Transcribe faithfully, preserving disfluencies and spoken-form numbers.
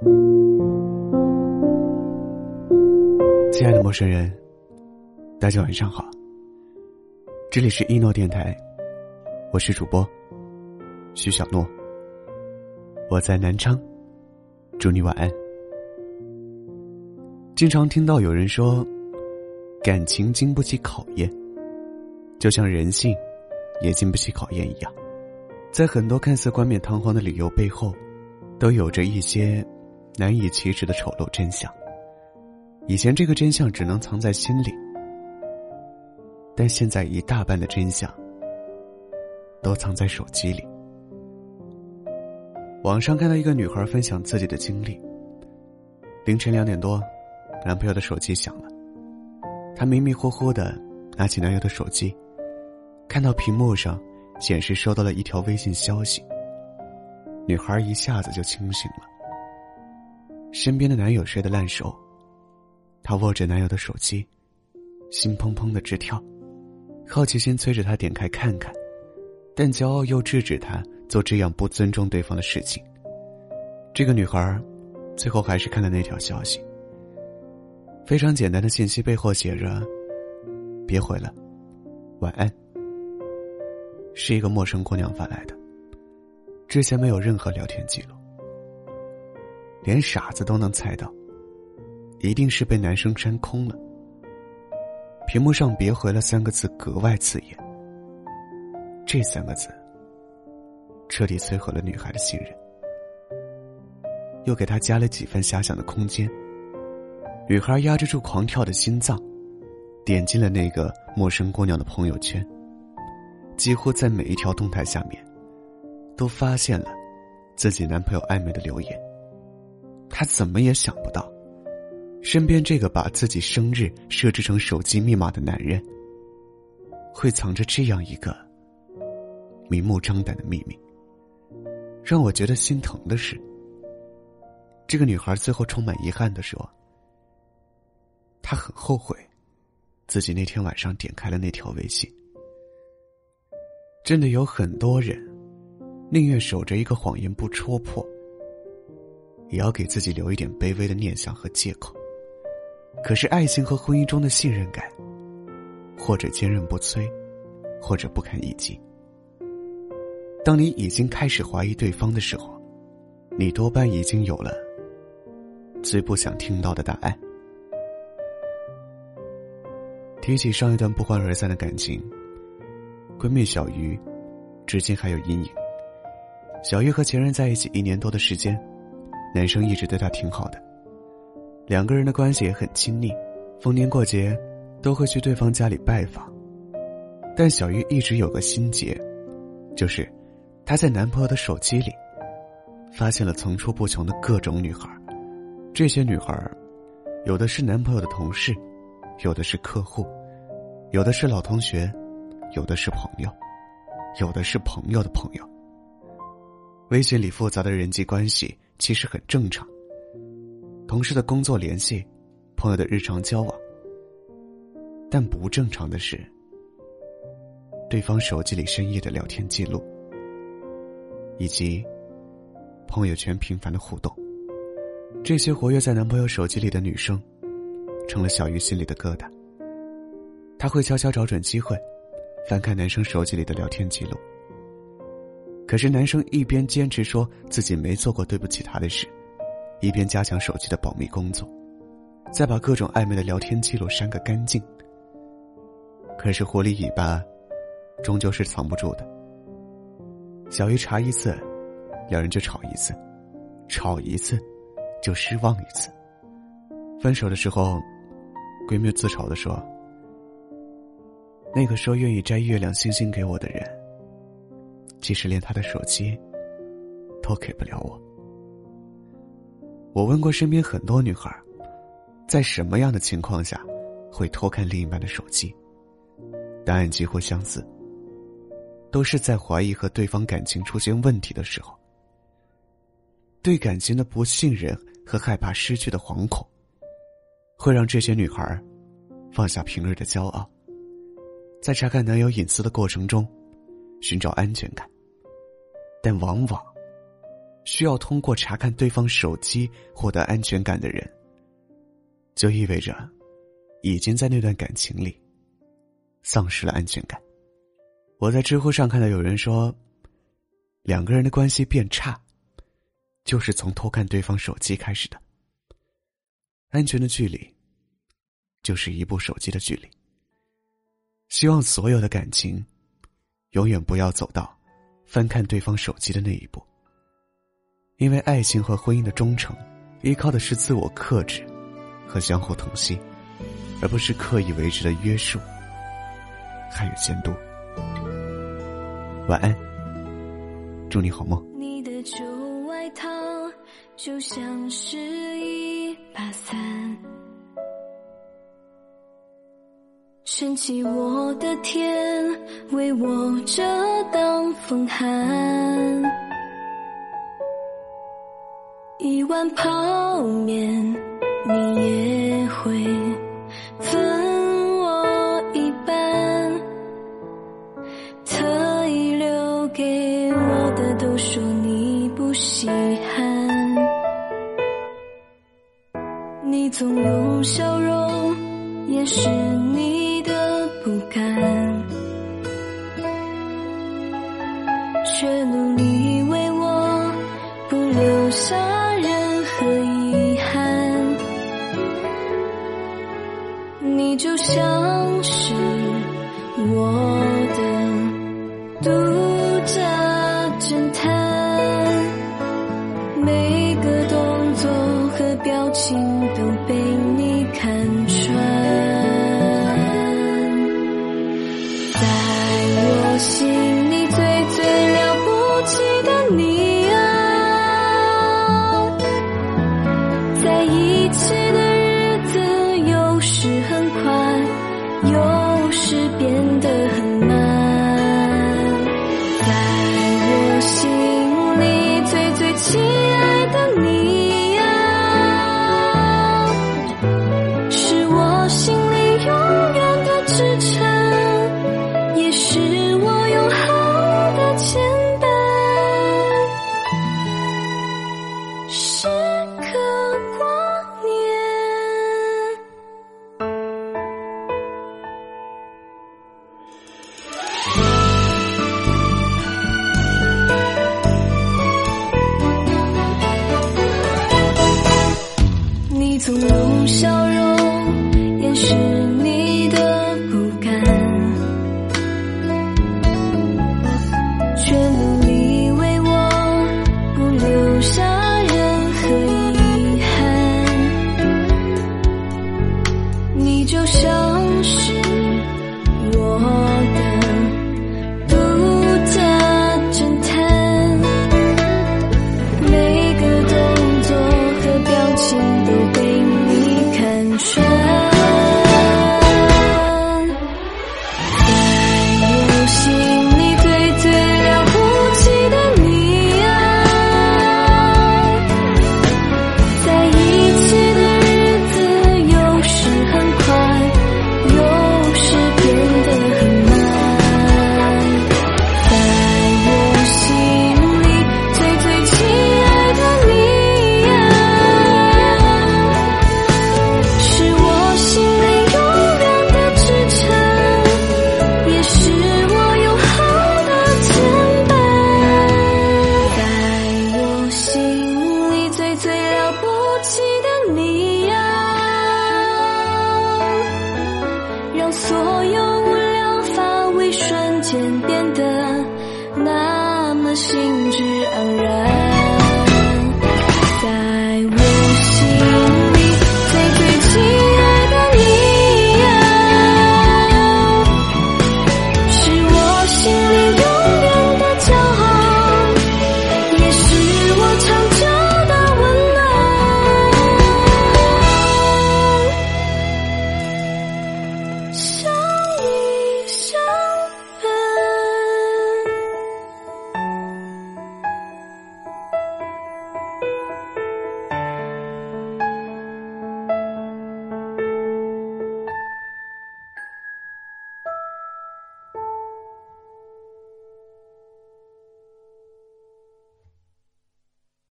亲爱的陌生人，大家晚上好，这里是一诺电台，我是主播徐小诺，我在南昌，祝你晚安。经常听到有人说，感情经不起考验，就像人性也经不起考验一样，在很多看似冠冕堂皇的理由背后，都有着一些难以启齿的丑陋真相。以前这个真相只能藏在心里，但现在一大半的真相都藏在手机里。网上看到一个女孩分享自己的经历，凌晨两点多，男朋友的手机响了，她迷迷糊糊地拿起男友的手机，看到屏幕上显示收到了一条微信消息，女孩一下子就清醒了。身边的男友睡得烂熟，她握着男友的手机，心砰砰的直跳，好奇心催着她点开看看，但骄傲又制止她做这样不尊重对方的事情。这个女孩最后还是看了那条消息，非常简单的信息背后写着别回了，晚安。是一个陌生姑娘发来的，之前没有任何聊天记录，连傻子都能猜到一定是被男生删空了。屏幕上别回了三个字格外刺眼，这三个字彻底摧毁了女孩的信任，又给她加了几分遐想的空间。女孩压制住狂跳的心脏，点进了那个陌生姑娘的朋友圈，几乎在每一条动态下面都发现了自己男朋友暧昧的留言。她怎么也想不到，身边这个把自己生日设置成手机密码的男人，会藏着这样一个明目张胆的秘密。让我觉得心疼的是，这个女孩最后充满遗憾地说，她很后悔自己那天晚上点开了那条微信。真的有很多人宁愿守着一个谎言不戳破，也要给自己留一点卑微的念想和借口。可是爱情和婚姻中的信任感，或者坚韧不摧，或者不堪一击。当你已经开始怀疑对方的时候，你多半已经有了最不想听到的答案。提起上一段不欢而散的感情，闺蜜小鱼至今还有阴影。小鱼和前任在一起一年多的时间，男生一直对她挺好的，两个人的关系也很亲密，逢年过节都会去对方家里拜访。但小鱼一直有个心结，就是她在男朋友的手机里发现了层出不穷的各种女孩。这些女孩有的是男朋友的同事，有的是客户，有的是老同学，有的是朋友，有的是朋友的朋友。微信里复杂的人际关系其实很正常，同事的工作联系，朋友的日常交往。但不正常的是，对方手机里深夜的聊天记录，以及朋友圈频繁的互动。这些活跃在男朋友手机里的女生成了小鱼心里的疙瘩。她会悄悄找准机会翻看男生手机里的聊天记录，可是男生一边坚持说自己没做过对不起他的事，一边加强手机的保密工作，再把各种暧昧的聊天记录删个干净。可是狐狸尾巴终究是藏不住的，小鱼查一次，两人就吵一次，吵一次就失望一次。分手的时候，闺蜜自嘲地说，那个说愿意摘月亮星星给我的人，其实连他的手机都给不了我。我问过身边很多女孩，在什么样的情况下会偷看另一半的手机，答案几乎相似，都是在怀疑和对方感情出现问题的时候。对感情的不信任和害怕失去的惶恐，会让这些女孩放下平日的骄傲，在查看男友隐私的过程中寻找安全感，但往往需要通过查看对方手机获得安全感的人，就意味着已经在那段感情里丧失了安全感。我在知乎上看到有人说，两个人的关系变差就是从偷看对方手机开始的。安全的距离就是一部手机的距离。希望所有的感情永远不要走到翻看对方手机的那一步，因为爱情和婚姻的忠诚依靠的是自我克制和相互疼惜，而不是刻意为之的约束还有监督。晚安，祝你好梦。 你的旧外套就像是一把伞，撑起我的天，为我遮挡风寒。一碗泡面你也会分我一半，特意留给我的都说你不稀罕。你总用笑容掩饰你的不甘，却努力为我不留下任何遗憾。你就像是我的独家侦探，每个动作和表情都被你看穿。在我心里最最了不起的你啊，在一起的日子有时很快，有时变得很慢。在我心里最最亲爱的你啊，是我心里永远的支撑，也是我永恒的牵绊。时刻挂念。你总用笑容掩饰你的不甘，却努力为我不留下任何遗憾。你就像是我的独家侦探，每个动作和表情都被你看穿。在我心里最最了不起的你啊，在一起的日子有时很快，有时变得很慢。在我心里最最亲爱的你啊，是我心里永远的支撑，也是我永恒的牵绊。在我心里最最了不起的你啊，让所有无聊乏味瞬间变得那么兴致盎然。